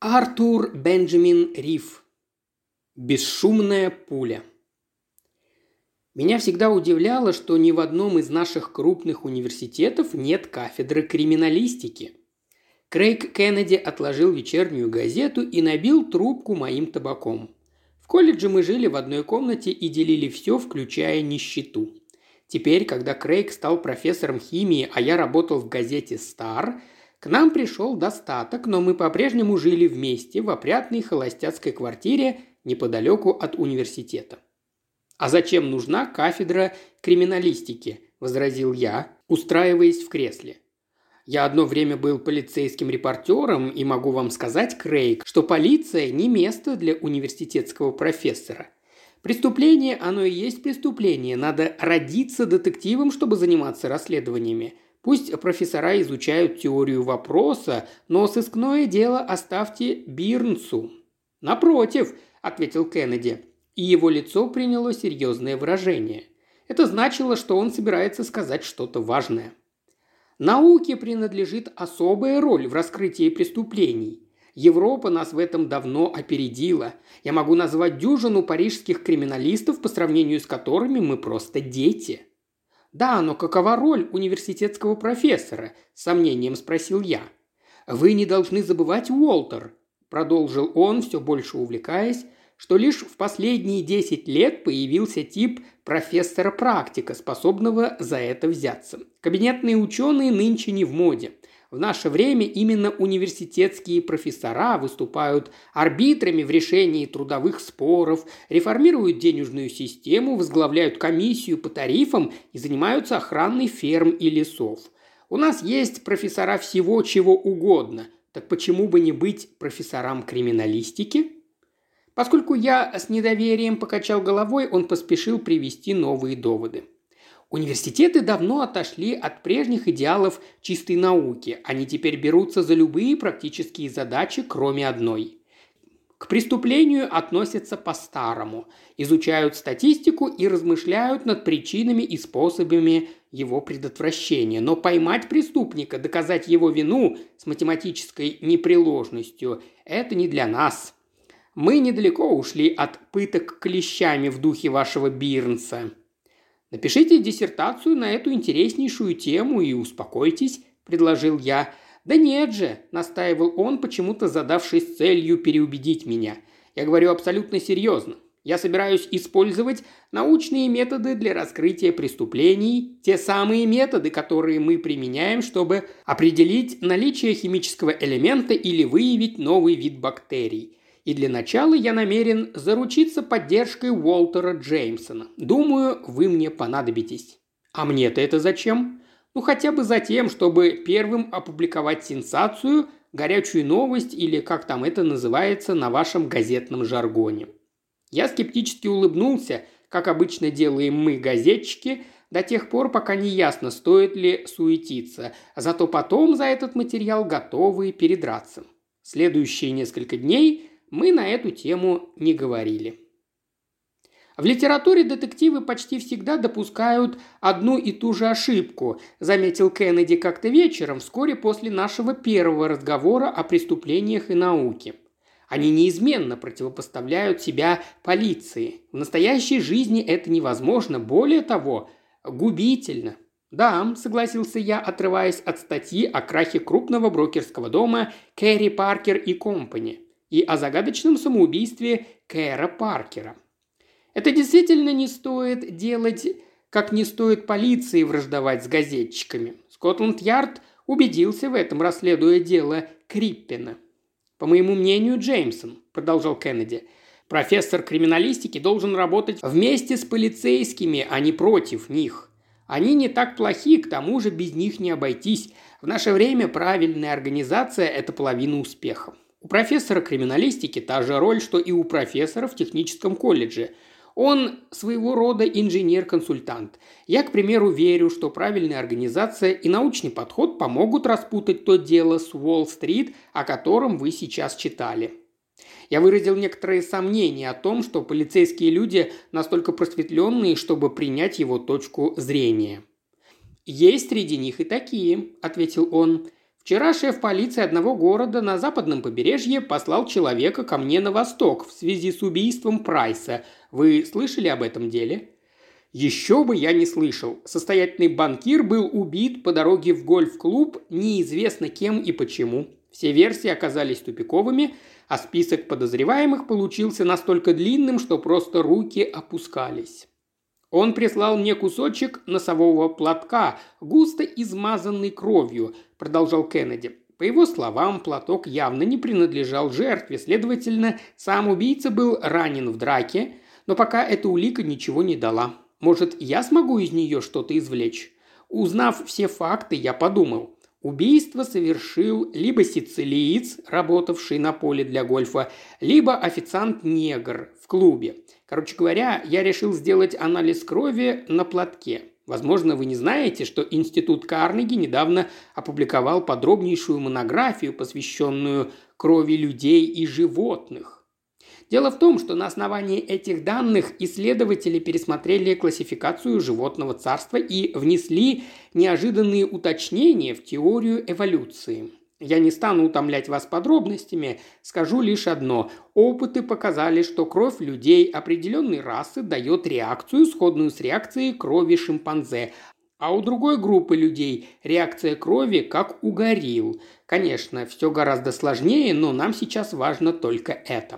Артур Бенджамин Риф. Бесшумная пуля. Меня всегда удивляло, что ни в одном из наших крупных университетов нет кафедры криминалистики. Крейг Кеннеди отложил вечернюю газету и набил трубку моим табаком. В колледже мы жили в одной комнате и делили все, включая нищету. Теперь, когда Крейг стал профессором химии, а я работал в газете «Стар», к нам пришел достаток, но мы по-прежнему жили вместе в опрятной холостяцкой квартире неподалеку от университета. «А зачем нужна кафедра криминалистики?» – возразил я, устраиваясь в кресле. «Я одно время был полицейским репортером и могу вам сказать, Крейг, что полиция не место для университетского профессора. Преступление, оно и есть преступление. Надо родиться детективом, чтобы заниматься расследованиями. Пусть профессора изучают теорию вопроса, но сыскное дело оставьте Бирнсу». «Напротив», – ответил Кеннеди, и его лицо приняло серьезное выражение. Это значило, что он собирается сказать что-то важное. «Науке принадлежит особая роль в раскрытии преступлений. Европа нас в этом давно опередила. Я могу назвать дюжину парижских криминалистов, по сравнению с которыми мы просто дети». «Да, но какова роль университетского профессора?» – с сомнением спросил я. «Вы не должны забывать, Уолтер», – продолжил он, все больше увлекаясь, что лишь в последние 10 лет появился тип профессора-практика, способного за это взяться. Кабинетные ученые нынче не в моде. В наше время именно университетские профессора выступают арбитрами в решении трудовых споров, реформируют денежную систему, возглавляют комиссию по тарифам и занимаются охраной ферм и лесов. У нас есть профессора всего, чего угодно. Так почему бы не быть профессором криминалистики? Поскольку я с недоверием покачал головой, он поспешил привести новые доводы. Университеты давно отошли от прежних идеалов чистой науки. Они теперь берутся за любые практические задачи, кроме одной. К преступлению относятся по-старому, изучают статистику и размышляют над причинами и способами его предотвращения. Но поймать преступника, доказать его вину с математической непреложностью – это не для нас. Мы недалеко ушли от пыток клещами в духе вашего Бирнса. «Напишите диссертацию на эту интереснейшую тему и успокойтесь», – предложил я. «Да нет же», – настаивал он, почему-то задавшись целью переубедить меня. «Я говорю абсолютно серьезно. Я собираюсь использовать научные методы для раскрытия преступлений, те самые методы, которые мы применяем, чтобы определить наличие химического элемента или выявить новый вид бактерий. И для начала я намерен заручиться поддержкой Уолтера Джеймсона. Думаю, вы мне понадобитесь». «А мне-то это зачем?» «Ну, хотя бы за тем, чтобы первым опубликовать сенсацию, горячую новость или как там это называется на вашем газетном жаргоне». Я скептически улыбнулся, как обычно делаем мы, газетчики, до тех пор, пока не ясно, стоит ли суетиться, а зато потом за этот материал готовы передраться. Следующие несколько дней мы на эту тему не говорили. В литературе детективы почти всегда допускают одну и ту же ошибку, заметил Кеннеди как-то вечером, вскоре после нашего первого разговора о преступлениях и науке. Они неизменно противопоставляют себя полиции. В настоящей жизни это невозможно, более того, губительно. «Да», – согласился я, отрываясь от статьи о крахе крупного брокерского дома Керри Паркер и Компани и о загадочном самоубийстве Кэра Паркера. Это действительно не стоит делать, как не стоит полиции враждовать с газетчиками. Скотланд-Ярд убедился в этом, расследуя дело Криппена. «По моему мнению, Джеймсон», – продолжал Кеннеди, – «профессор криминалистики должен работать вместе с полицейскими, а не против них. Они не так плохи, к тому же без них не обойтись. В наше время правильная организация – это половина успеха. У профессора криминалистики та же роль, что и у профессора в техническом колледже. Он своего рода инженер-консультант. Я, к примеру, верю, что правильная организация и научный подход помогут распутать то дело с Уолл-стрит, о котором вы сейчас читали. Я выразил некоторые сомнения о том, что полицейские люди настолько просветленные, чтобы принять его точку зрения. «Есть среди них и такие», – ответил он. Вчера шеф полиции одного города на западном побережье послал человека ко мне на восток в связи с убийством Прайса. Вы слышали об этом деле?» Еще бы я не слышал. Состоятельный банкир был убит по дороге в гольф-клуб неизвестно кем и почему. Все версии оказались тупиковыми, а список подозреваемых получился настолько длинным, что просто руки опускались. Он прислал мне кусочек носового платка, густо измазанный кровью, продолжал Кеннеди. По его словам, платок явно не принадлежал жертве, следовательно, сам убийца был ранен в драке, но пока эта улика ничего не дала. Может, я смогу из нее что-то извлечь? Узнав все факты, я подумал. Убийство совершил либо сицилиец, работавший на поле для гольфа, либо официант-негр в клубе. Короче говоря, я решил сделать анализ крови на платке. Возможно, вы не знаете, что Институт Карнеги недавно опубликовал подробнейшую монографию, посвященную крови людей и животных. Дело в том, что на основании этих данных исследователи пересмотрели классификацию животного царства и внесли неожиданные уточнения в теорию эволюции. Я не стану утомлять вас подробностями, скажу лишь одно. Опыты показали, что кровь людей определенной расы дает реакцию, сходную с реакцией крови шимпанзе, а у другой группы людей реакция крови как у горилл. Конечно, все гораздо сложнее, но нам сейчас важно только это.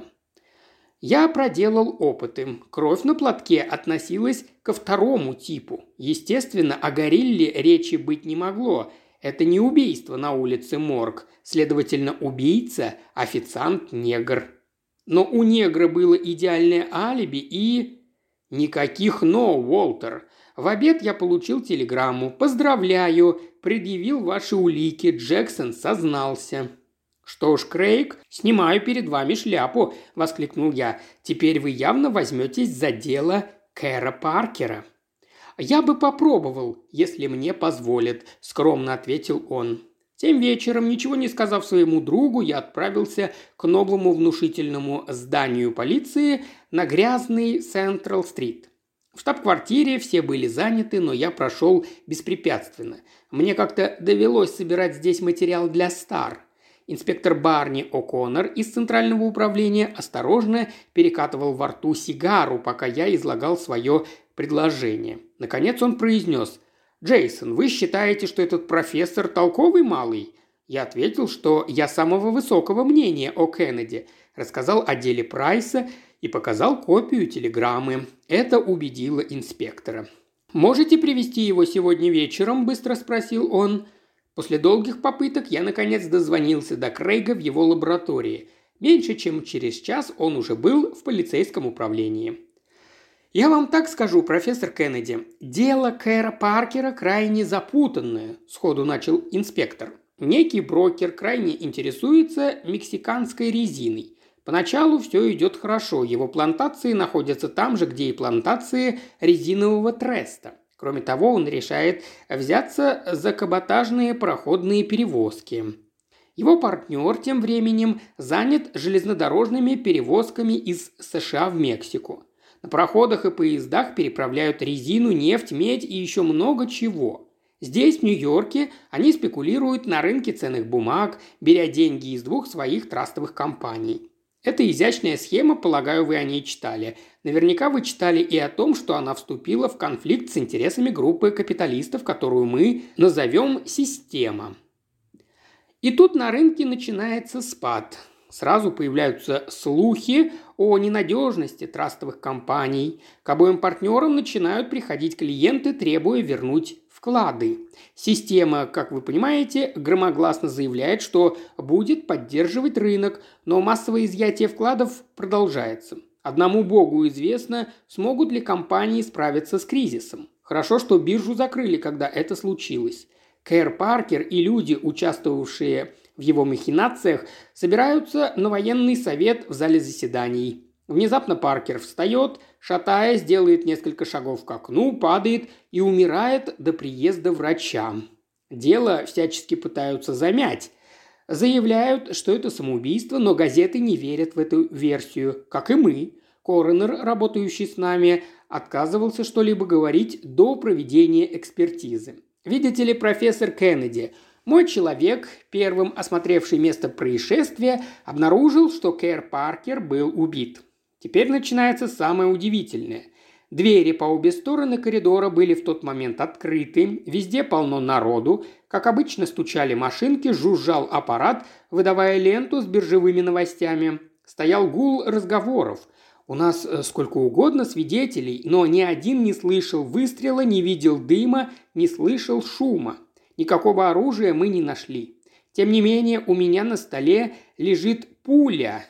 Я проделал опыты. Кровь на платке относилась ко второму типу. Естественно, о горилле речи быть не могло. Это не убийство на улице Морг. Следовательно, убийца – официант-негр. Но у негра было идеальное алиби и... Никаких «но», Уолтер. В обед я получил телеграмму. «Поздравляю, предъявил ваши улики. Джексон сознался». «Что ж, Крейг, снимаю перед вами шляпу», – воскликнул я. «Теперь вы явно возьметесь за дело Кэра Паркера». «Я бы попробовал, если мне позволят», – скромно ответил он. Тем вечером, ничего не сказав своему другу, я отправился к новому внушительному зданию полиции на грязный Централ-стрит. В штаб-квартире все были заняты, но я прошел беспрепятственно. Мне как-то довелось собирать здесь материал для «Стар». Инспектор Барни О'Коннор из Центрального управления осторожно перекатывал во рту сигару, пока я излагал свое предложение. Наконец он произнес: «Джейсон, вы считаете, что этот профессор толковый малый?» Я ответил, что я самого высокого мнения о Кеннеди, рассказал о деле Прайса и показал копию телеграммы. Это убедило инспектора. «Можете привезти его сегодня вечером?» – быстро спросил он. После долгих попыток я, наконец, дозвонился до Крейга в его лаборатории. Меньше чем через час он уже был в полицейском управлении. «Я вам так скажу, профессор Кеннеди, дело Кэра Паркера крайне запутанное», – сходу начал инспектор. «Некий брокер крайне интересуется мексиканской резиной. Поначалу все идет хорошо, его плантации находятся там же, где и плантации резинового треста. Кроме того, он решает взяться за каботажные пароходные перевозки. Его партнер тем временем занят железнодорожными перевозками из США в Мексику. На пароходах и поездах переправляют резину, нефть, медь и еще много чего. Здесь, в Нью-Йорке, они спекулируют на рынке ценных бумаг, беря деньги из двух своих трастовых компаний. Это изящная схема, полагаю, вы о ней читали. Наверняка вы читали и о том, что она вступила в конфликт с интересами группы капиталистов, которую мы назовем «Система». И тут на рынке начинается спад. Сразу появляются слухи о ненадежности трастовых компаний. К обоим партнерам начинают приходить клиенты, требуя вернуть вклады. Система, как вы понимаете, громогласно заявляет, что будет поддерживать рынок, но массовое изъятие вкладов продолжается. Одному богу известно, смогут ли компании справиться с кризисом. Хорошо, что биржу закрыли, когда это случилось. Кэр Паркер и люди, участвовавшие в его махинациях, собираются на военный совет в зале заседаний. Внезапно Паркер встает, шатаясь, делает несколько шагов к окну, падает и умирает до приезда врача. Дело всячески пытаются замять. Заявляют, что это самоубийство, но газеты не верят в эту версию, как и мы. Коронер, работающий с нами, отказывался что-либо говорить до проведения экспертизы. Видите ли, профессор Кеннеди, Мой человек, первым осмотревший место происшествия, обнаружил, что Кэр Паркер был убит. Теперь начинается самое удивительное. Двери по обе стороны коридора были в тот момент открыты, везде полно народу, как обычно стучали машинки, жужжал аппарат, выдавая ленту с биржевыми новостями. Стоял гул разговоров. У нас сколько угодно свидетелей, но ни один не слышал выстрела, не видел дыма, не слышал шума. Никакого оружия мы не нашли. Тем не менее, у меня на столе лежит пуля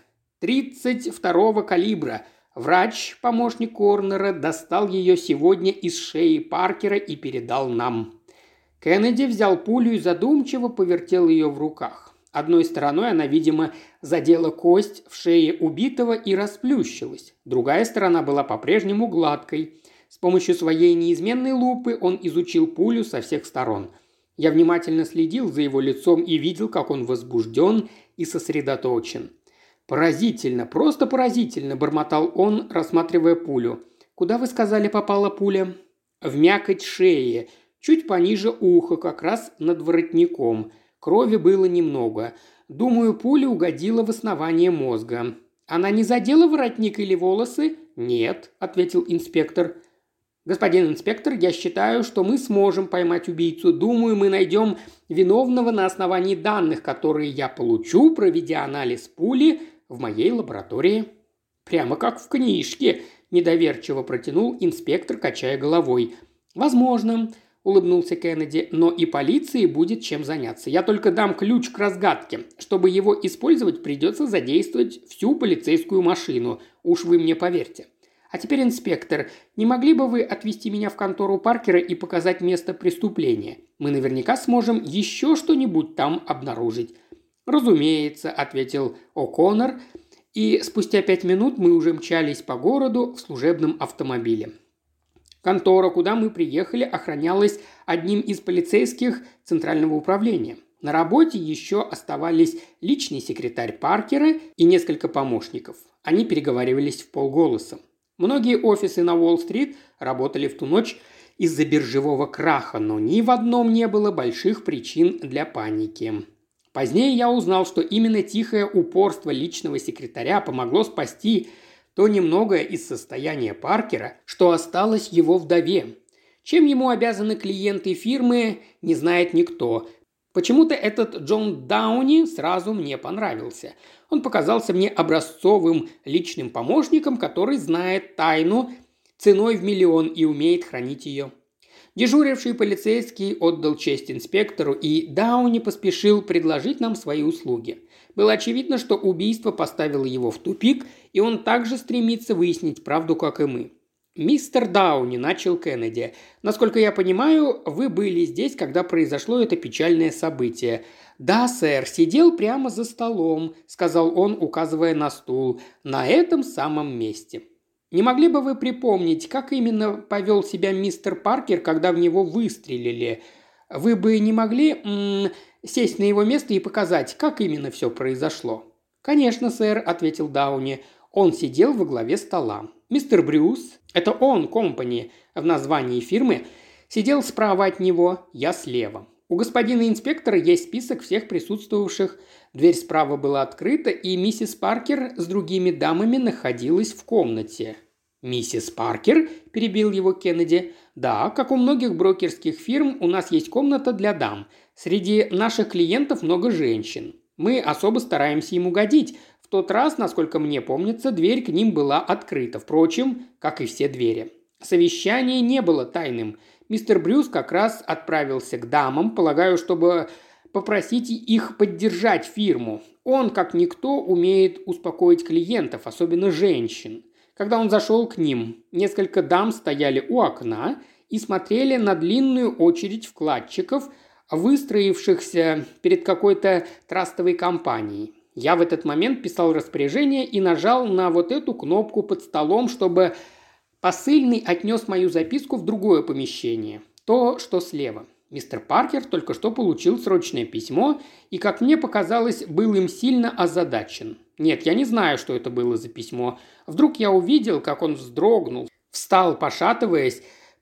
32-го калибра. Врач, помощник Корнера, достал ее сегодня из шеи Паркера и передал нам. Кеннеди взял пулю и задумчиво повертел ее в руках. Одной стороной она, видимо, задела кость в шее убитого и расплющилась. Другая сторона была по-прежнему гладкой. С помощью своей неизменной лупы он изучил пулю со всех сторон. Я внимательно следил за его лицом и видел, как он возбужден и сосредоточен. «Поразительно, просто поразительно», – бормотал он, рассматривая пулю. «Куда, вы сказали, попала пуля?» «В мякоть шеи, чуть пониже уха, как раз над воротником. Крови было немного. Думаю, пуля угодила в основание мозга». «Она не задела воротник или волосы?» «Нет», – ответил инспектор. «Господин инспектор, я считаю, что мы сможем поймать убийцу. Думаю, мы найдем виновного на основании данных, которые я получу, проведя анализ пули в моей лаборатории». «Прямо как в книжке», – недоверчиво протянул инспектор, качая головой. «Возможно», – улыбнулся Кеннеди, – «но и полиции будет чем заняться. Я только дам ключ к разгадке. Чтобы его использовать, придется задействовать всю полицейскую машину. Уж вы мне поверьте. А теперь, инспектор, не могли бы вы отвезти меня в контору Паркера и показать место преступления? Мы наверняка сможем еще что-нибудь там обнаружить». «Разумеется», – ответил О'Коннор, и спустя 5 минут мы уже мчались по городу в служебном автомобиле. Контора, куда мы приехали, охранялась одним из полицейских Центрального управления. На работе еще оставались личный секретарь Паркера и несколько помощников. Они переговаривались вполголоса. Многие офисы на Уолл-стрит работали в ту ночь из-за биржевого краха, но ни в одном не было больших причин для паники. Позднее я узнал, что именно тихое упорство личного секретаря помогло спасти то немногое из состояния Паркера, что осталось его вдове. Чем ему обязаны клиенты фирмы, не знает никто. Почему-то этот Джон Дауни сразу мне понравился. Он показался мне образцовым личным помощником, который знает тайну ценой в миллион и умеет хранить ее. Дежуривший полицейский отдал честь инспектору, и Дауни поспешил предложить нам свои услуги. Было очевидно, что убийство поставило его в тупик, и он также стремится выяснить правду, как и мы. «Мистер Дауни», – начал Кеннеди, – «насколько я понимаю, вы были здесь, когда произошло это печальное событие». «Да, сэр, сидел прямо за столом», – сказал он, указывая на стул, – «на этом самом месте». «Не могли бы вы припомнить, как именно повел себя мистер Паркер, когда в него выстрелили? Вы бы не могли сесть на его место и показать, как именно все произошло?» «Конечно, сэр», – ответил Дауни. Он сидел во главе стола. Мистер Брюс, это он, компани, в названии фирмы, сидел справа от него, я слева. У господина инспектора есть список всех присутствовавших. Дверь справа была открыта, и миссис Паркер с другими дамами находилась в комнате. «Миссис Паркер?» – перебил его Кеннеди. «Да, как у многих брокерских фирм, у нас есть комната для дам. Среди наших клиентов много женщин. Мы особо стараемся им угодить. В тот раз, насколько мне помнится, дверь к ним была открыта. Впрочем, как и все двери. Совещание не было тайным. Мистер Брюс как раз отправился к дамам, полагаю, чтобы попросить их поддержать фирму. Он, как никто, умеет успокоить клиентов, особенно женщин. Когда он зашел к ним, несколько дам стояли у окна и смотрели на длинную очередь вкладчиков, выстроившихся перед какой-то трастовой компанией. Я в этот момент писал распоряжение и нажал на вот эту кнопку под столом, чтобы посыльный отнес мою записку в другое помещение. То, что слева. Мистер Паркер только что получил срочное письмо и, как мне показалось, был им сильно озадачен. Нет, я не знаю, что это было за письмо. Вдруг я увидел, как он вздрогнул, встал, пошатываясь,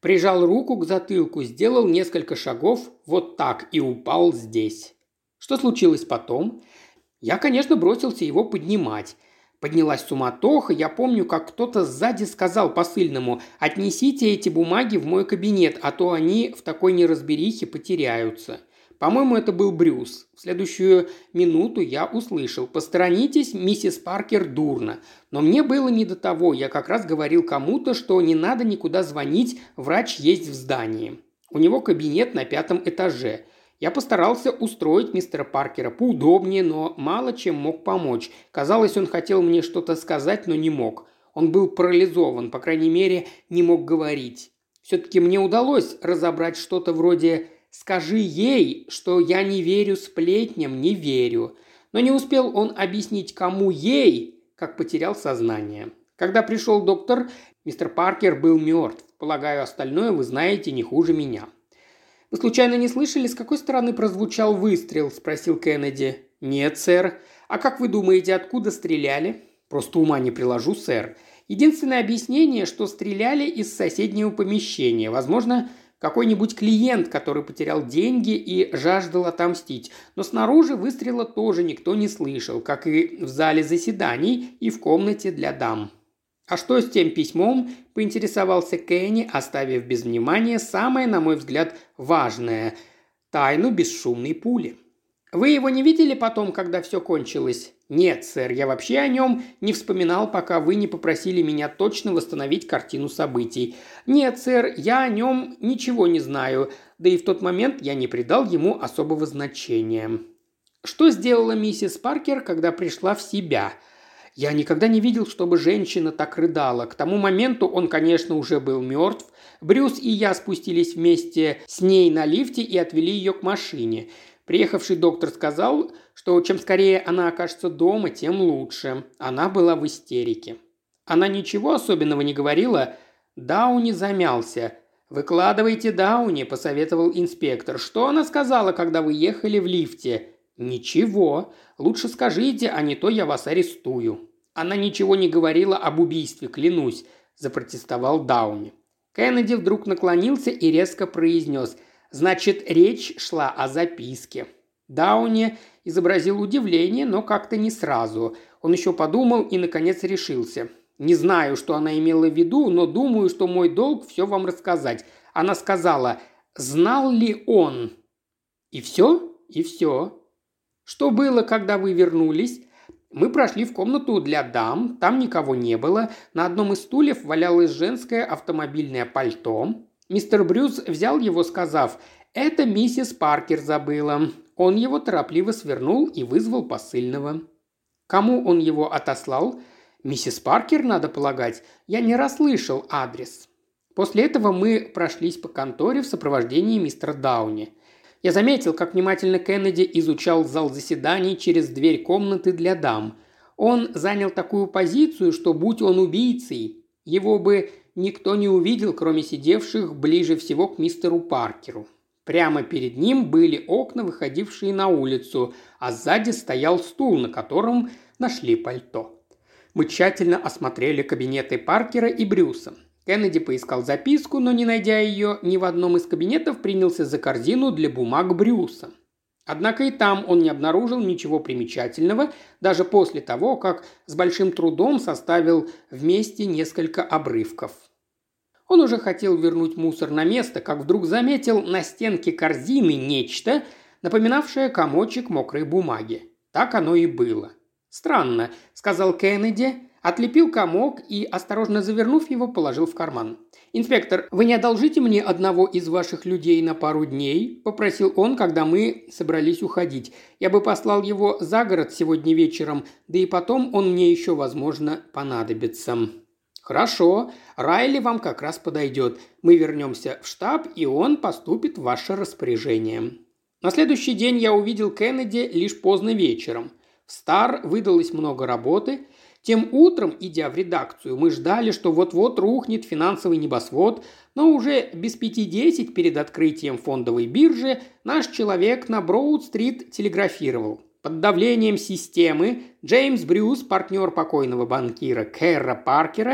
Прижал руку к затылку, сделал несколько шагов вот так и упал здесь. Что случилось потом? Я, конечно, бросился его поднимать. Поднялась суматоха, я помню, как кто-то сзади сказал посыльному: «Отнесите эти бумаги в мой кабинет, а то они в такой неразберихе потеряются». По-моему, это был Брюс. В следующую минуту я услышал: «Посторонитесь, миссис Паркер дурно». Но мне было не до того, я как раз говорил кому-то, что не надо никуда звонить, врач есть в здании. У него кабинет на 5-м этаже. Я постарался устроить мистера Паркера поудобнее, но мало чем мог помочь. Казалось, он хотел мне что-то сказать, но не мог. Он был парализован, по крайней мере, не мог говорить. Все-таки мне удалось разобрать что-то вроде «Скажи ей, что я не верю сплетням, не верю». Но не успел он объяснить, кому ей, как потерял сознание. Когда пришел доктор, мистер Паркер был мертв. Полагаю, остальное вы знаете не хуже меня. «Вы случайно не слышали, с какой стороны прозвучал выстрел?» – спросил Кеннеди. «Нет, сэр. А как вы думаете, откуда стреляли?» «Просто ума не приложу, сэр. Единственное объяснение, что стреляли из соседнего помещения. Возможно, какой-нибудь клиент, который потерял деньги и жаждал отомстить. Но снаружи выстрела тоже никто не слышал, как и в зале заседаний и в комнате для дам». «А что с тем письмом?» – поинтересовался Кенни, оставив без внимания самое, на мой взгляд, важное – тайну бесшумной пули. «Вы его не видели потом, когда все кончилось?» «Нет, сэр, я вообще о нем не вспоминал, пока вы не попросили меня точно восстановить картину событий. Нет, сэр, я о нем ничего не знаю, да и в тот момент я не придал ему особого значения». «Что сделала миссис Паркер, когда пришла в себя?» «Я никогда не видел, чтобы женщина так рыдала. К тому моменту он, конечно, уже был мертв. Брюс и я спустились вместе с ней на лифте и отвели ее к машине. Приехавший доктор сказал, что чем скорее она окажется дома, тем лучше. Она была в истерике». «Она ничего особенного не говорила?» Дауни замялся. «Выкладывайте, Дауни», – посоветовал инспектор. «Что она сказала, когда вы ехали в лифте?» «Ничего. Лучше скажите, а не то я вас арестую». «Она ничего не говорила об убийстве, клянусь», – запротестовал Дауни. Кеннеди вдруг наклонился и резко произнес: «Значит, речь шла о записке». Дауни изобразил удивление, но как-то не сразу. Он еще подумал и, наконец, решился. «Не знаю, что она имела в виду, но думаю, что мой долг все вам рассказать. Она сказала: знал ли он?» «И все? И все». «Что было, когда вы вернулись?» «Мы прошли в комнату для дам, там никого не было. На одном из стульев валялось женское автомобильное пальто. Мистер Брюс взял его, сказав: «Это миссис Паркер забыла». Он его торопливо свернул и вызвал посыльного. Кому он его отослал? «Миссис Паркер, надо полагать. Я не расслышал адрес». После этого мы прошлись по конторе в сопровождении мистера Дауни. Я заметил, как внимательно Кеннеди изучал зал заседаний через дверь комнаты для дам. Он занял такую позицию, что, будь он убийцей, его бы никто не увидел, кроме сидевших ближе всего к мистеру Паркеру. Прямо перед ним были окна, выходившие на улицу, а сзади стоял стул, на котором нашли пальто. Мы тщательно осмотрели кабинеты Паркера и Брюса. Кеннеди поискал записку, но, не найдя ее ни в одном из кабинетов, принялся за корзину для бумаг Брюса. Однако и там он не обнаружил ничего примечательного, даже после того, как с большим трудом составил вместе несколько обрывков. Он уже хотел вернуть мусор на место, как вдруг заметил на стенке корзины нечто, напоминавшее комочек мокрой бумаги. Так оно и было. «Странно», – сказал Кеннеди, отлепил комок и, осторожно завернув его, положил в карман. «Инспектор, вы не одолжите мне одного из ваших людей на пару дней?» – попросил он, когда мы собрались уходить. «Я бы послал его за город сегодня вечером, да и потом он мне еще, возможно, понадобится». «Хорошо. Райли вам как раз подойдет. Мы вернемся в штаб, и он поступит в ваше распоряжение». На следующий день я увидел Кеннеди лишь поздно вечером. В Стар выдалось много работы. Тем утром, идя в редакцию, мы ждали, что вот-вот рухнет финансовый небосвод, но уже без 5:10 перед открытием фондовой биржи наш человек на Броуд-стрит телеграфировал. Под давлением системы Джеймс Брюс, партнер покойного банкира Кэрра Паркера,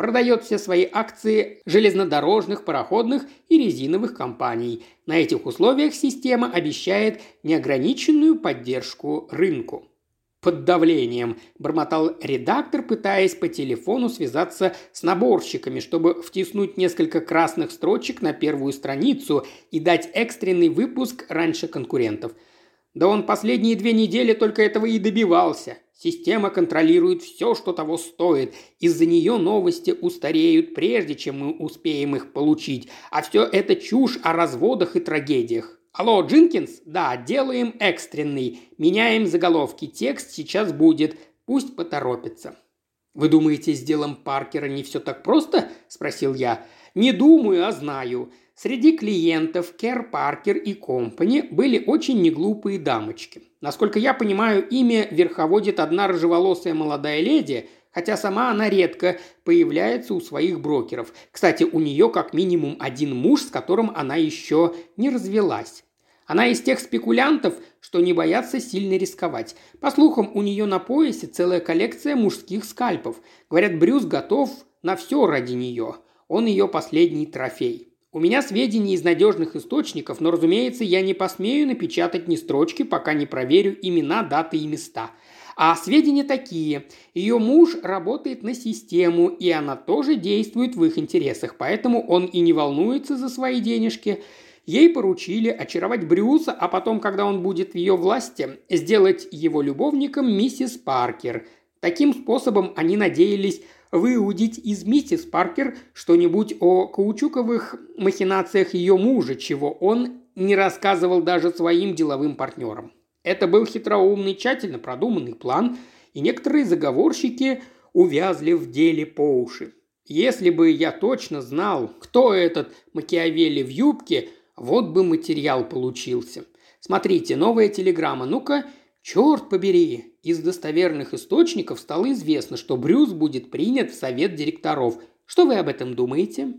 продает все свои акции железнодорожных, пароходных и резиновых компаний. На этих условиях система обещает неограниченную поддержку рынку. «Под давлением», – бормотал редактор, пытаясь по телефону связаться с наборщиками, чтобы втиснуть несколько красных строчек на первую страницу и дать экстренный выпуск раньше конкурентов. Да он последние 2 недели только этого и добивался. Система контролирует все, что того стоит. Из-за нее новости устареют, прежде чем мы успеем их получить. А все это чушь о разводах и трагедиях. Алло, Джинкинс? Да, делаем экстренный. Меняем заголовки. Текст сейчас будет. Пусть поторопится. «Вы думаете, с делом Паркера не все так просто?» – спросил я. «Не думаю, а знаю. Среди клиентов Кер Паркер и Компани были очень неглупые дамочки. Насколько я понимаю, ими верховодит одна рыжеволосая молодая леди, хотя сама она редко появляется у своих брокеров. Кстати, у нее как минимум один муж, с которым она еще не развелась. Она из тех спекулянтов, что не боятся сильно рисковать. По слухам, у нее на поясе целая коллекция мужских скальпов. Говорят, Брюс готов на все ради нее. Он ее последний трофей. У меня сведения из надежных источников, но, разумеется, я не посмею напечатать ни строчки, пока не проверю имена, даты и места. А сведения такие. Ее муж работает на систему, и она тоже действует в их интересах, поэтому он и не волнуется за свои денежки. Ей поручили очаровать Брюса, а потом, когда он будет в ее власти, сделать его любовником миссис Паркер. Таким способом они надеялись выудить из миссис Паркер что-нибудь о каучуковых махинациях ее мужа, чего он не рассказывал даже своим деловым партнерам. Это был хитроумный, тщательно продуманный план, и некоторые заговорщики увязли в деле по уши. Если бы я точно знал, кто этот Макиавелли в юбке, вот бы материал получился. Смотрите, новая телеграмма. Ну-ка, черт побери. Из достоверных источников стало известно, что Брюс будет принят в совет директоров. Что вы об этом думаете?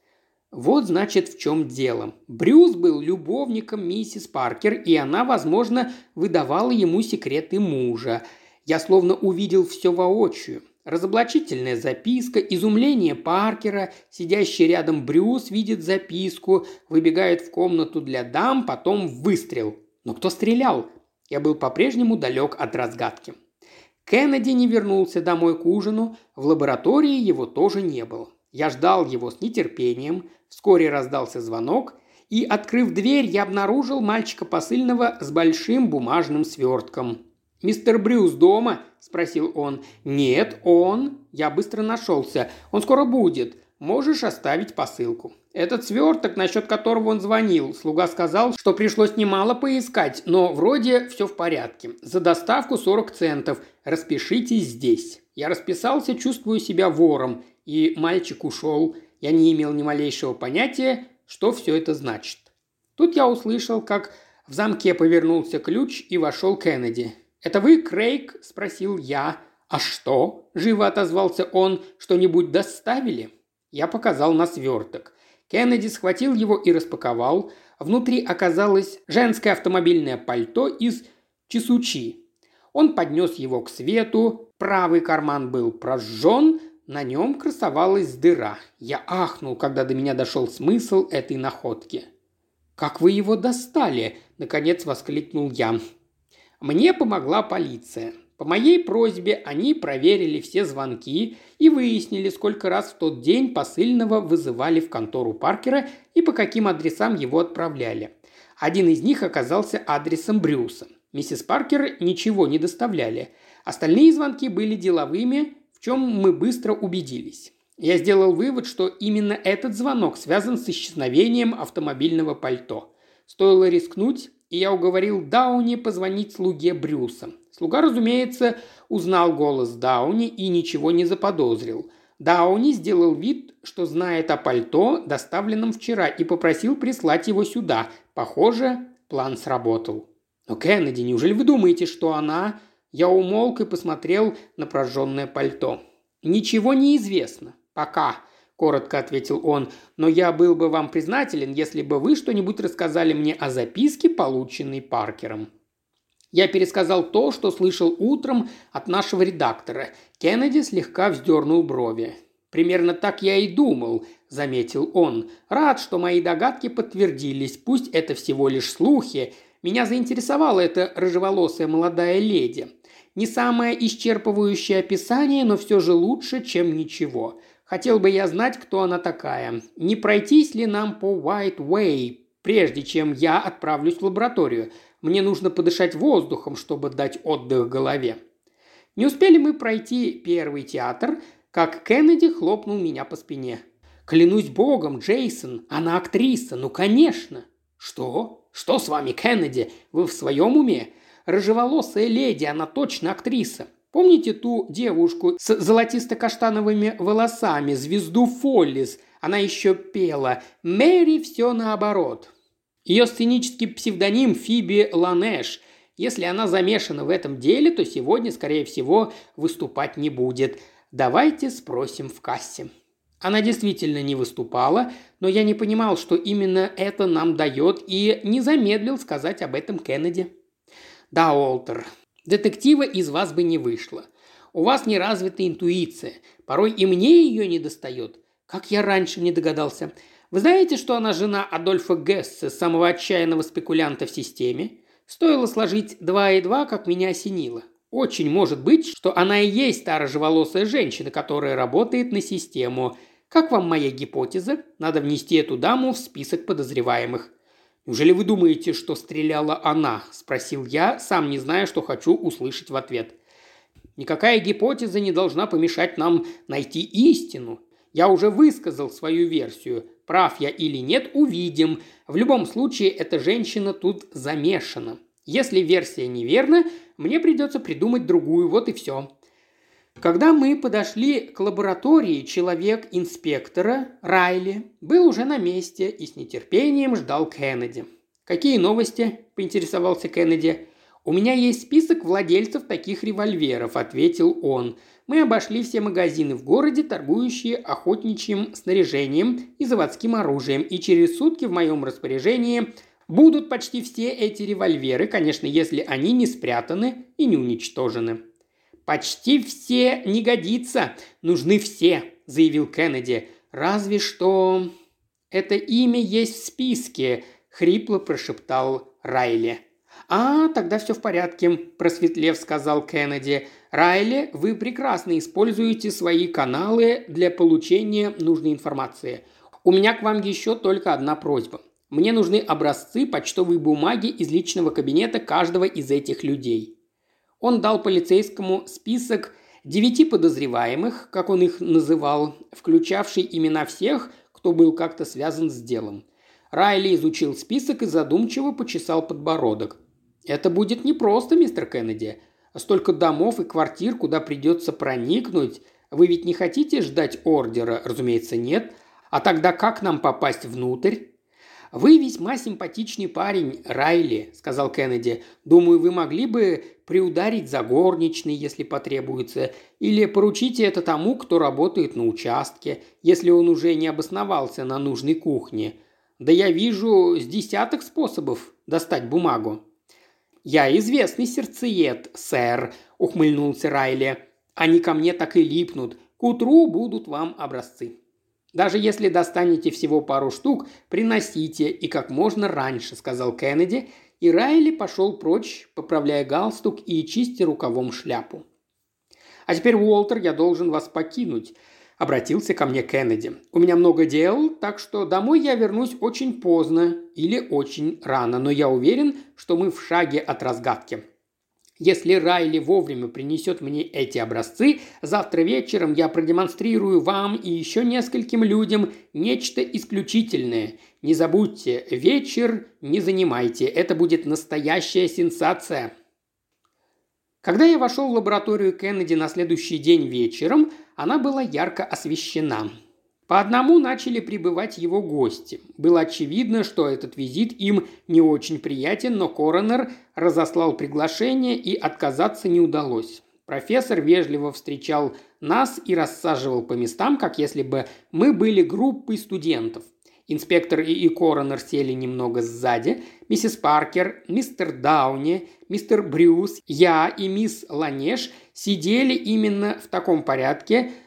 Вот, значит, в чем дело. Брюс был любовником миссис Паркер, и она, возможно, выдавала ему секреты мужа. Я словно увидел все воочию. Разоблачительная записка, изумление Паркера, сидящий рядом Брюс видит записку, выбегает в комнату для дам, потом выстрел. Но кто стрелял? Я был по-прежнему далек от разгадки. Кеннеди не вернулся домой к ужину, в лаборатории его тоже не было. Я ждал его с нетерпением, вскоре раздался звонок, и, открыв дверь, я обнаружил мальчика посыльного с большим бумажным свертком. «Мистер Брюс дома?» – спросил он. «Нет, он...» Я быстро нашелся. «Он скоро будет. Можешь оставить посылку». Этот сверток, насчет которого он звонил, слуга сказал, что пришлось немало поискать, но вроде все в порядке. За доставку 40 центов. Распишитесь здесь. Я расписался, чувствую себя вором, и мальчик ушел. Я не имел ни малейшего понятия, что все это значит. Тут я услышал, как в замке повернулся ключ и вошел Кеннеди. «Это вы, Крейг?» – спросил я. «А что?» – живо отозвался он. «Что-нибудь доставили?» Я показал на сверток. Кеннеди схватил его и распаковал. Внутри оказалось женское автомобильное пальто из чесучи. Он поднес его к свету. Правый карман был прожжен. На нем красовалась дыра. Я ахнул, когда до меня дошел смысл этой находки. «Как вы его достали?» – наконец воскликнул я. Мне помогла полиция. По моей просьбе они проверили все звонки и выяснили, сколько раз в тот день посыльного вызывали в контору Паркера и по каким адресам его отправляли. Один из них оказался адресом Брюса. Миссис Паркер ничего не доставляли. Остальные звонки были деловыми, в чем мы быстро убедились. Я сделал вывод, что именно этот звонок связан с исчезновением автомобильного пальто. Стоило рискнуть, и я уговорил Дауни позвонить слуге Брюса. Слуга, разумеется, узнал голос Дауни и ничего не заподозрил. Дауни сделал вид, что знает о пальто, доставленном вчера, и попросил прислать его сюда. Похоже, план сработал. «Но, Кеннеди, неужели вы думаете, что она...» Я умолк и посмотрел на прожженное пальто. «Ничего не известно. Пока», – коротко ответил он. «Но я был бы вам признателен, если бы вы что-нибудь рассказали мне о записке, полученной Паркером». Я пересказал то, что слышал утром от нашего редактора. Кеннеди слегка вздернул брови. «Примерно так я и думал», – заметил он. «Рад, что мои догадки подтвердились. Пусть это всего лишь слухи. Меня заинтересовала эта рыжеволосая молодая леди. Не самое исчерпывающее описание, но все же лучше, чем ничего. Хотел бы я знать, кто она такая. Не пройтись ли нам по White Way, прежде чем я отправлюсь в лабораторию? Мне нужно подышать воздухом, чтобы дать отдых голове». Не успели мы пройти первый театр, как Кеннеди хлопнул меня по спине. «Клянусь богом, Джейсон, она актриса, ну конечно!» «Что? Что с вами, Кеннеди? Вы в своем уме? Рыжеволосая леди, она точно актриса. Помните ту девушку с золотисто-каштановыми волосами, звезду Фоллис? Она еще пела «Мэри все наоборот». Ее сценический псевдоним Фиби Ланэш. Если она замешана в этом деле, то сегодня, скорее всего, выступать не будет. Давайте спросим в кассе. Она действительно не выступала, но я не понимал, что именно это нам дает, и не замедлил сказать об этом Кеннеди. «Да, Уолтер, детектива из вас бы не вышло. У вас неразвита интуиция. Порой и мне ее не достает. Как я раньше не догадался. Вы знаете, что она жена Адольфа Гессе, самого отчаянного спекулянта в системе? Стоило сложить 2 и 2, как меня осенило. Очень может быть, что она и есть та рыжеволосая женщина, которая работает на систему. Как вам моя гипотеза? Надо внести эту даму в список подозреваемых». «Неужели вы думаете, что стреляла она?» – спросил я, сам не зная, что хочу услышать в ответ. «Никакая гипотеза не должна помешать нам найти истину. Я уже высказал свою версию. Прав я или нет, увидим. В любом случае, эта женщина тут замешана. Если версия неверна, мне придется придумать другую, вот и все». Когда мы подошли к лаборатории, человек инспектора, Райли, был уже на месте и с нетерпением ждал Кеннеди. «Какие новости?» – поинтересовался Кеннеди. «У меня есть список владельцев таких револьверов», – ответил он. «Мы обошли все магазины в городе, торгующие охотничьим снаряжением и заводским оружием, и через сутки в моем распоряжении будут почти все эти револьверы, конечно, если они не спрятаны и не уничтожены». «Почти все не годится. Нужны все», – заявил Кеннеди. «Разве что...» «Это имя есть в списке», – хрипло прошептал Райли. Тогда все в порядке», – просветлев сказал Кеннеди. «Райли, вы прекрасно используете свои каналы для получения нужной информации. У меня к вам еще только одна просьба. Мне нужны образцы почтовой бумаги из личного кабинета каждого из этих людей». Он дал полицейскому список 9 подозреваемых, как он их называл, включавший имена всех, кто был как-то связан с делом. Райли изучил список и задумчиво почесал подбородок. «Это будет непросто, мистер Кеннеди. Столько домов и квартир, куда придется проникнуть. Вы ведь не хотите ждать ордера? Разумеется, нет. А тогда как нам попасть внутрь?» «Вы весьма симпатичный парень, Райли», – сказал Кеннеди. «Думаю, вы могли бы приударить за горничной, если потребуется, или поручите это тому, кто работает на участке, если он уже не обосновался на нужной кухне. Да я вижу с десяток способов достать бумагу». «Я известный сердцеед, сэр», – ухмыльнулся Райли. «Они ко мне так и липнут. К утру будут вам образцы». «Даже если достанете всего пару штук, приносите, и как можно раньше», – сказал Кеннеди, и Райли пошел прочь, поправляя галстук и чистя рукавом шляпу. «А теперь, Уолтер, я должен вас покинуть», – обратился ко мне Кеннеди. «У меня много дел, так что домой я вернусь очень поздно или очень рано, но я уверен, что мы в шаге от разгадки. Если Райли вовремя принесет мне эти образцы, завтра вечером я продемонстрирую вам и еще нескольким людям нечто исключительное. Не забудьте, вечер не занимайте, это будет настоящая сенсация». Когда я вошел в лабораторию Кеннеди на следующий день вечером, она была ярко освещена. По одному начали прибывать его гости. Было очевидно, что этот визит им не очень приятен, но коронер разослал приглашение, и отказаться не удалось. Профессор вежливо встречал нас и рассаживал по местам, как если бы мы были группой студентов. Инспектор и коронер сели немного сзади. Миссис Паркер, мистер Дауни, мистер Брюс, я и мисс Ланеш сидели именно в таком порядке,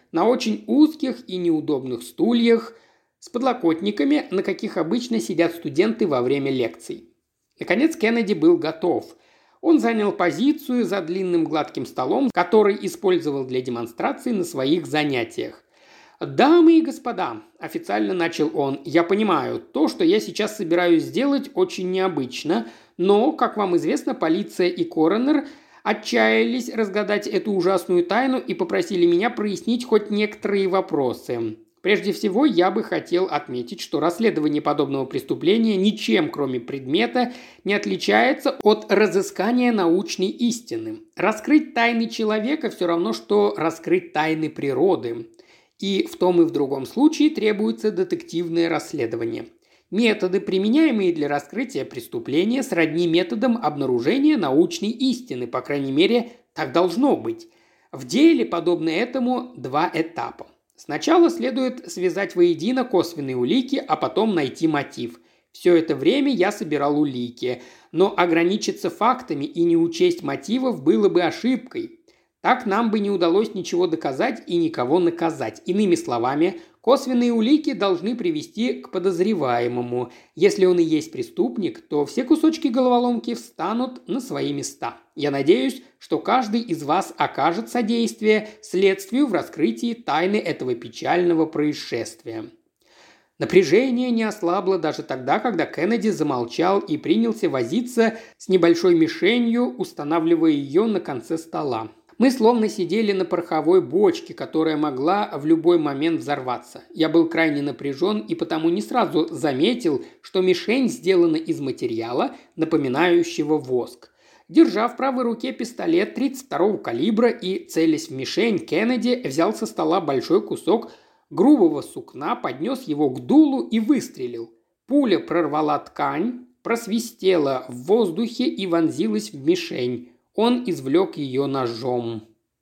на очень узких и неудобных стульях с подлокотниками, на каких обычно сидят студенты во время лекций. Наконец Кеннеди был готов. Он занял позицию за длинным гладким столом, который использовал для демонстрации на своих занятиях. «Дамы и господа», – официально начал он, – «я понимаю, то, что я сейчас собираюсь сделать, очень необычно, но, как вам известно, полиция и коронер отчаялись разгадать эту ужасную тайну и попросили меня прояснить хоть некоторые вопросы. Прежде всего, я бы хотел отметить, что расследование подобного преступления ничем, кроме предмета, не отличается от разыскания научной истины. Раскрыть тайны человека все равно, что раскрыть тайны природы. И в том и в другом случае требуется детективное расследование. Методы, применяемые для раскрытия преступления, сродни методам обнаружения научной истины, по крайней мере, так должно быть. В деле, подобно этому, два этапа. Сначала следует связать воедино косвенные улики, а потом найти мотив. Все это время я собирал улики, но ограничиться фактами и не учесть мотивов было бы ошибкой. Так нам бы не удалось ничего доказать и никого наказать. Иными словами, косвенные улики должны привести к подозреваемому. Если он и есть преступник, то все кусочки головоломки встанут на свои места. Я надеюсь, что каждый из вас окажет содействие следствию в раскрытии тайны этого печального происшествия». Напряжение не ослабло даже тогда, когда Кеннеди замолчал и принялся возиться с небольшой мишенью, устанавливая ее на конце стола. Мы словно сидели на пороховой бочке, которая могла в любой момент взорваться. Я был крайне напряжен и потому не сразу заметил, что мишень сделана из материала, напоминающего воск. Держа в правой руке пистолет 32-го калибра и целясь в мишень, Кеннеди взял со стола большой кусок грубого сукна, поднес его к дулу и выстрелил. Пуля прорвала ткань, просвистела в воздухе и вонзилась в мишень. Он извлек ее ножом.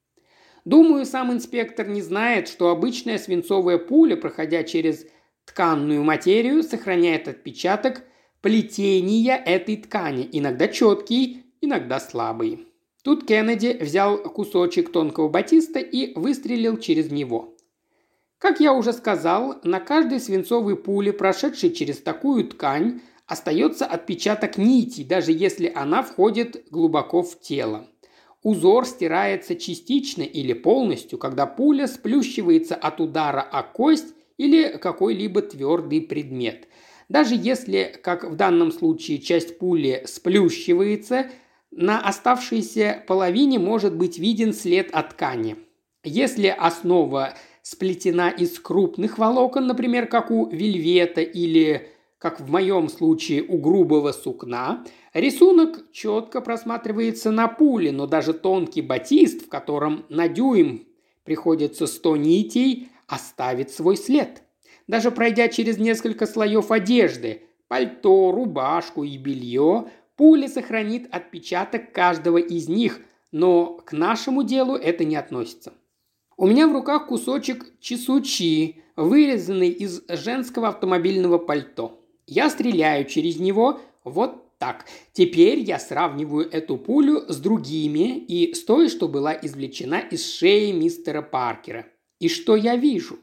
Думаю, сам инспектор не знает, что обычная свинцовая пуля, проходя через тканную материю, сохраняет отпечаток плетения этой ткани, иногда четкий, иногда слабый. Тут Кеннеди взял кусочек тонкого батиста и выстрелил через него. Как я уже сказал, на каждой свинцовой пуле, прошедшей через такую ткань, остается отпечаток нити, даже если она входит глубоко в тело. Узор стирается частично или полностью, когда пуля сплющивается от удара о кость или какой-либо твердый предмет. Даже если, как в данном случае, часть пули сплющивается, на оставшейся половине может быть виден след от ткани. Если основа сплетена из крупных волокон, например, как у вельвета или, как в моем случае, у грубого сукна, рисунок четко просматривается на пуле, но даже тонкий батист, в котором на дюйм приходится 100 нитей, оставит свой след. Даже пройдя через несколько слоев одежды, пальто, рубашку и белье, пуля сохранит отпечаток каждого из них, но к нашему делу это не относится. У меня в руках кусочек чесучи, вырезанный из женского автомобильного пальто. Я стреляю через него вот так. Теперь я сравниваю эту пулю с другими и с той, что была извлечена из шеи мистера Паркера. И что я вижу?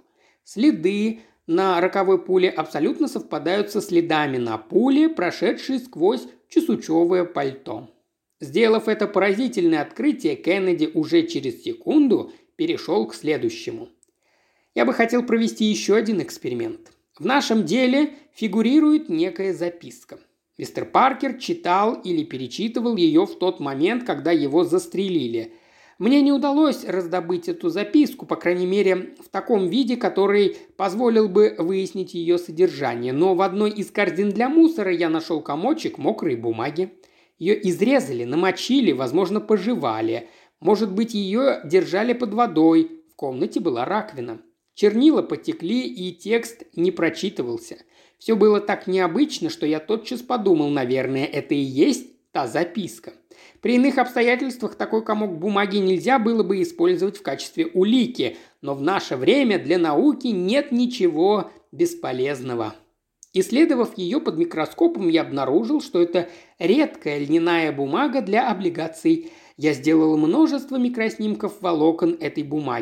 Следы на роковой пуле абсолютно совпадают со следами на пуле, прошедшей сквозь чесучевое пальто. Сделав это поразительное открытие, Кеннеди уже через секунду перешел к следующему. Я бы хотел провести еще один эксперимент. В нашем деле фигурирует некая записка. Мистер Паркер читал или перечитывал ее в тот момент, когда его застрелили. Мне не удалось раздобыть эту записку, по крайней мере, в таком виде, который позволил бы выяснить ее содержание. Но в одной из корзин для мусора я нашел комочек мокрой бумаги. Ее изрезали, намочили, возможно, пожевали. Может быть, ее держали под водой. В комнате была раковина. Чернила потекли, и текст не прочитывался. Все было так необычно, что я тотчас подумал, наверное, это и есть та записка. При иных обстоятельствах такой комок бумаги нельзя было бы использовать в качестве улики, но в наше время для науки нет ничего бесполезного. Исследовав ее под микроскопом, я обнаружил, что это редкая льняная бумага для облигаций. Я сделал множество микроснимков волокон этой бумаги.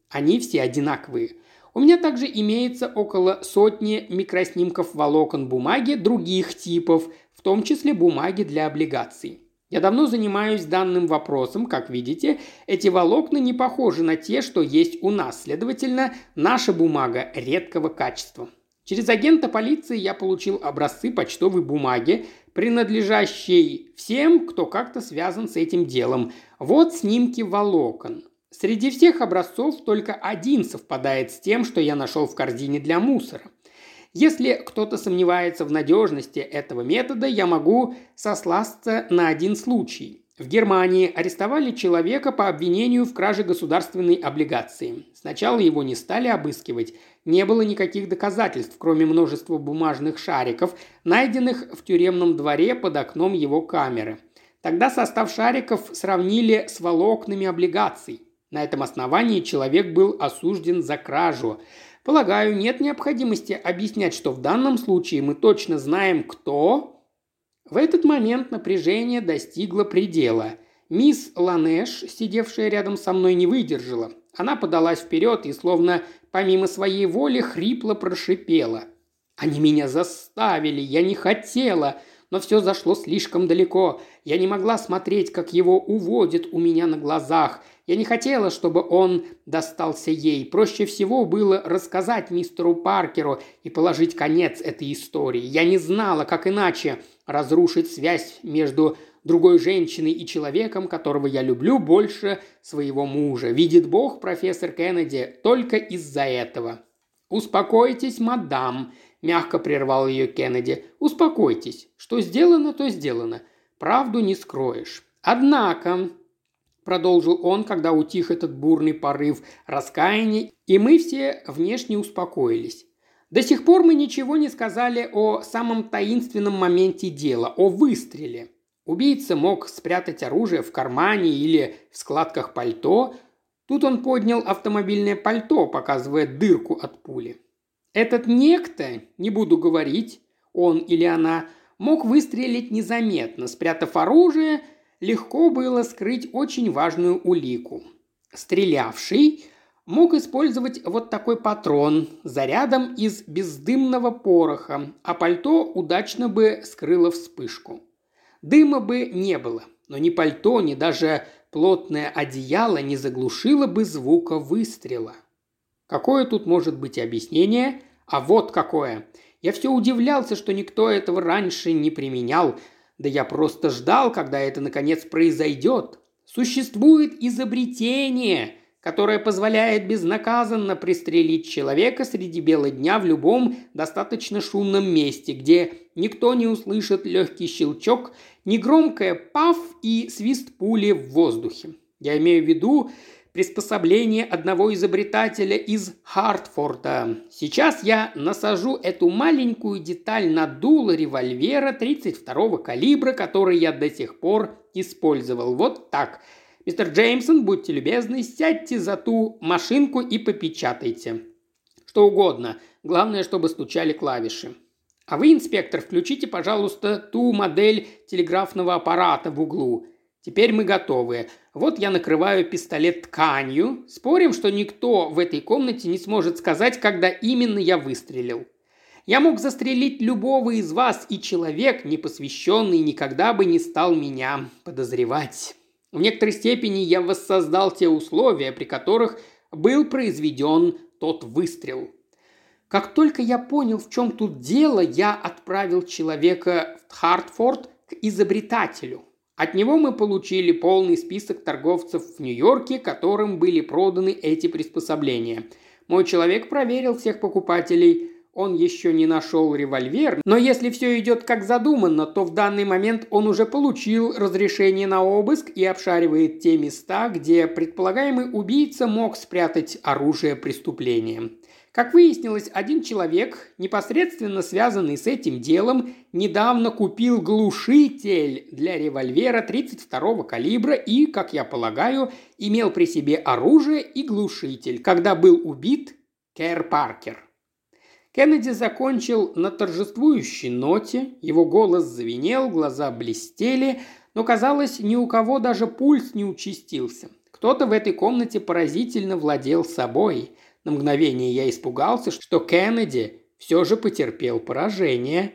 Они все одинаковые. У меня также имеется около сотни микроснимков волокон бумаги других типов, в том числе бумаги для облигаций. Я давно занимаюсь данным вопросом, как видите, эти волокна не похожи на те, что есть у нас, следовательно, наша бумага редкого качества. Через агента полиции я получил образцы почтовой бумаги, принадлежащей всем, кто как-то связан с этим делом. Вот снимки волокон. Среди всех образцов только один совпадает с тем, что я нашел в корзине для мусора. Если кто-то сомневается в надежности этого метода, я могу сослаться на один случай. В Германии арестовали человека по обвинению в краже государственной облигации. Сначала его не стали обыскивать. Не было никаких доказательств, кроме множества бумажных шариков, найденных в тюремном дворе под окном его камеры. Тогда состав шариков сравнили с волокнами облигаций. На этом основании человек был осужден за кражу. Полагаю, нет необходимости объяснять, что в данном случае мы точно знаем, кто... В этот момент напряжение достигло предела. Мисс Ланэш, сидевшая рядом со мной, не выдержала. Она подалась вперед и, словно помимо своей воли, хрипло прошипела. «Они меня заставили, я не хотела, но все зашло слишком далеко. Я не могла смотреть, как его уводят у меня на глазах. Я не хотела, чтобы он достался ей. Проще всего было рассказать мистеру Паркеру и положить конец этой истории. Я не знала, как иначе разрушить связь между другой женщиной и человеком, которого я люблю больше своего мужа. Видит Бог, профессор Кеннеди, только из-за этого». «Успокойтесь, мадам», – мягко прервал ее Кеннеди. «Успокойтесь. Что сделано, то сделано. Правду не скроешь. Однако...» – продолжил он, когда утих этот бурный порыв раскаяния, и мы все внешне успокоились. «До сих пор мы ничего не сказали о самом таинственном моменте дела, о выстреле. Убийца мог спрятать оружие в кармане или в складках пальто. Тут он поднял автомобильное пальто, показывая дырку от пули. Этот некто, не буду говорить, он или она, мог выстрелить незаметно. Спрятав оружие, легко было скрыть очень важную улику. Стрелявший мог использовать вот такой патрон с зарядом из бездымного пороха, а пальто удачно бы скрыло вспышку. Дыма бы не было, но ни пальто, ни даже плотное одеяло не заглушило бы звука выстрела. Какое тут может быть объяснение? А вот какое. Я все удивлялся, что никто этого раньше не применял. Да я просто ждал, когда это наконец произойдет. Существует изобретение, которое позволяет безнаказанно пристрелить человека среди бела дня в любом достаточно шумном месте, где никто не услышит легкий щелчок, негромкое «паф» и свист пули в воздухе. Я имею в виду приспособление одного изобретателя из Хартфорда. Сейчас я насажу эту маленькую деталь на дуло револьвера 32-го калибра, который я до сих пор использовал. Вот так. Мистер Джеймсон, будьте любезны, сядьте за ту машинку и попечатайте. Что угодно. Главное, чтобы стучали клавиши. А вы, инспектор, включите, пожалуйста, ту модель телеграфного аппарата в углу. Теперь мы готовы. Вот я накрываю пистолет тканью. Спорим, что никто в этой комнате не сможет сказать, когда именно я выстрелил. Я мог застрелить любого из вас, и человек, непосвященный, никогда бы не стал меня подозревать. В некоторой степени я воссоздал те условия, при которых был произведен тот выстрел. Как только я понял, в чем тут дело, я отправил человека в Хартфорд к изобретателю. От него мы получили полный список торговцев в Нью-Йорке, которым были проданы эти приспособления. Мой человек проверил всех покупателей. Он еще не нашел револьвер, но если все идет как задумано, то в данный момент он уже получил разрешение на обыск и обшаривает те места, где предполагаемый убийца мог спрятать оружие преступления. Как выяснилось, один человек, непосредственно связанный с этим делом, недавно купил глушитель для револьвера 32-го калибра и, как я полагаю, имел при себе оружие и глушитель, когда был убит Кэр Паркер. Кеннеди закончил на торжествующей ноте, его голос звенел, глаза блестели, но, казалось, ни у кого даже пульс не участился. Кто-то в этой комнате поразительно владел собой. На мгновение я испугался, что Кеннеди все же потерпел поражение.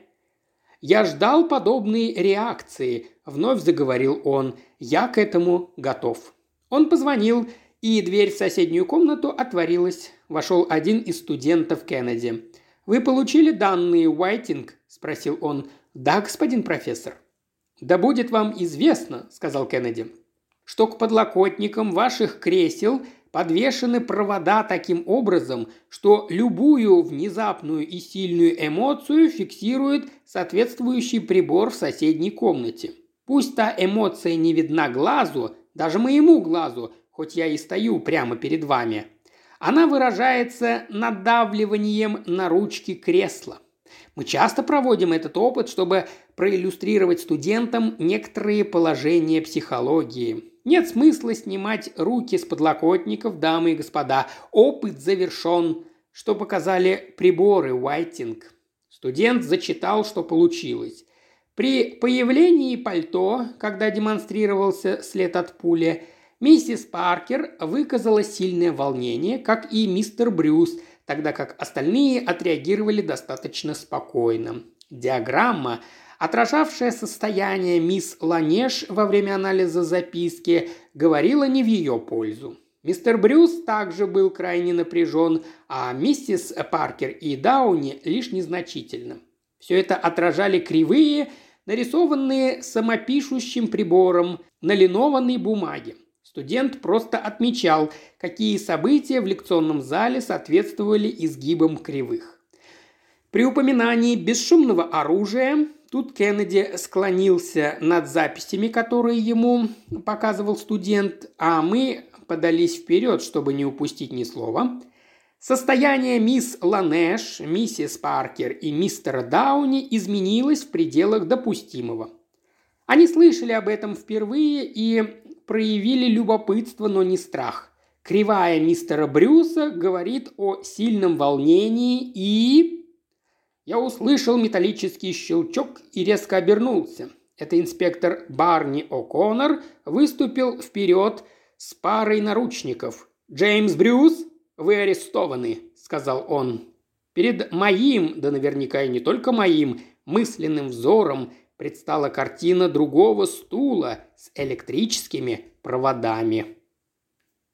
«Я ждал подобной реакции», – вновь заговорил он. «Я к этому готов». Он позвонил, и дверь в соседнюю комнату отворилась. Вошел один из студентов Кеннеди. «Вы получили данные, Уайтинг?» – спросил он. «Да, господин профессор». «Да будет вам известно», – сказал Кеннеди, – «что к подлокотникам ваших кресел подвешены провода таким образом, что любую внезапную и сильную эмоцию фиксирует соответствующий прибор в соседней комнате. Пусть та эмоция не видна глазу, даже моему глазу, хоть я и стою прямо перед вами. Она выражается надавливанием на ручки кресла. Мы часто проводим этот опыт, чтобы проиллюстрировать студентам некоторые положения психологии. Нет смысла снимать руки с подлокотников, дамы и господа. Опыт завершен. Что показали приборы, Уайтинг?» Студент зачитал, что получилось. При появлении пальто, когда демонстрировался след от пули, миссис Паркер выказала сильное волнение, как и мистер Брюс, тогда как остальные отреагировали достаточно спокойно. Диаграмма, отражавшая состояние мисс Ланеш во время анализа записки, говорила не в ее пользу. Мистер Брюс также был крайне напряжен, а миссис Паркер и Дауни лишь незначительно. Все это отражали кривые, нарисованные самопишущим прибором на линованной бумаге. Студент просто отмечал, какие события в лекционном зале соответствовали изгибам кривых. При упоминании бесшумного оружия тут Кеннеди склонился над записями, которые ему показывал студент, а мы подались вперед, чтобы не упустить ни слова. Состояние мисс Ланеш, миссис Паркер и мистера Дауни изменилось в пределах допустимого. Они слышали об этом впервые и проявили любопытство, но не страх. Кривая мистера Брюса говорит о сильном волнении и... Я услышал металлический щелчок и резко обернулся. Это инспектор Барни О'Коннор выступил вперед с парой наручников. «Джеймс Брюс, вы арестованы», – сказал он. Перед моим, да наверняка и не только моим, мысленным взором предстала картина другого стула с электрическими проводами.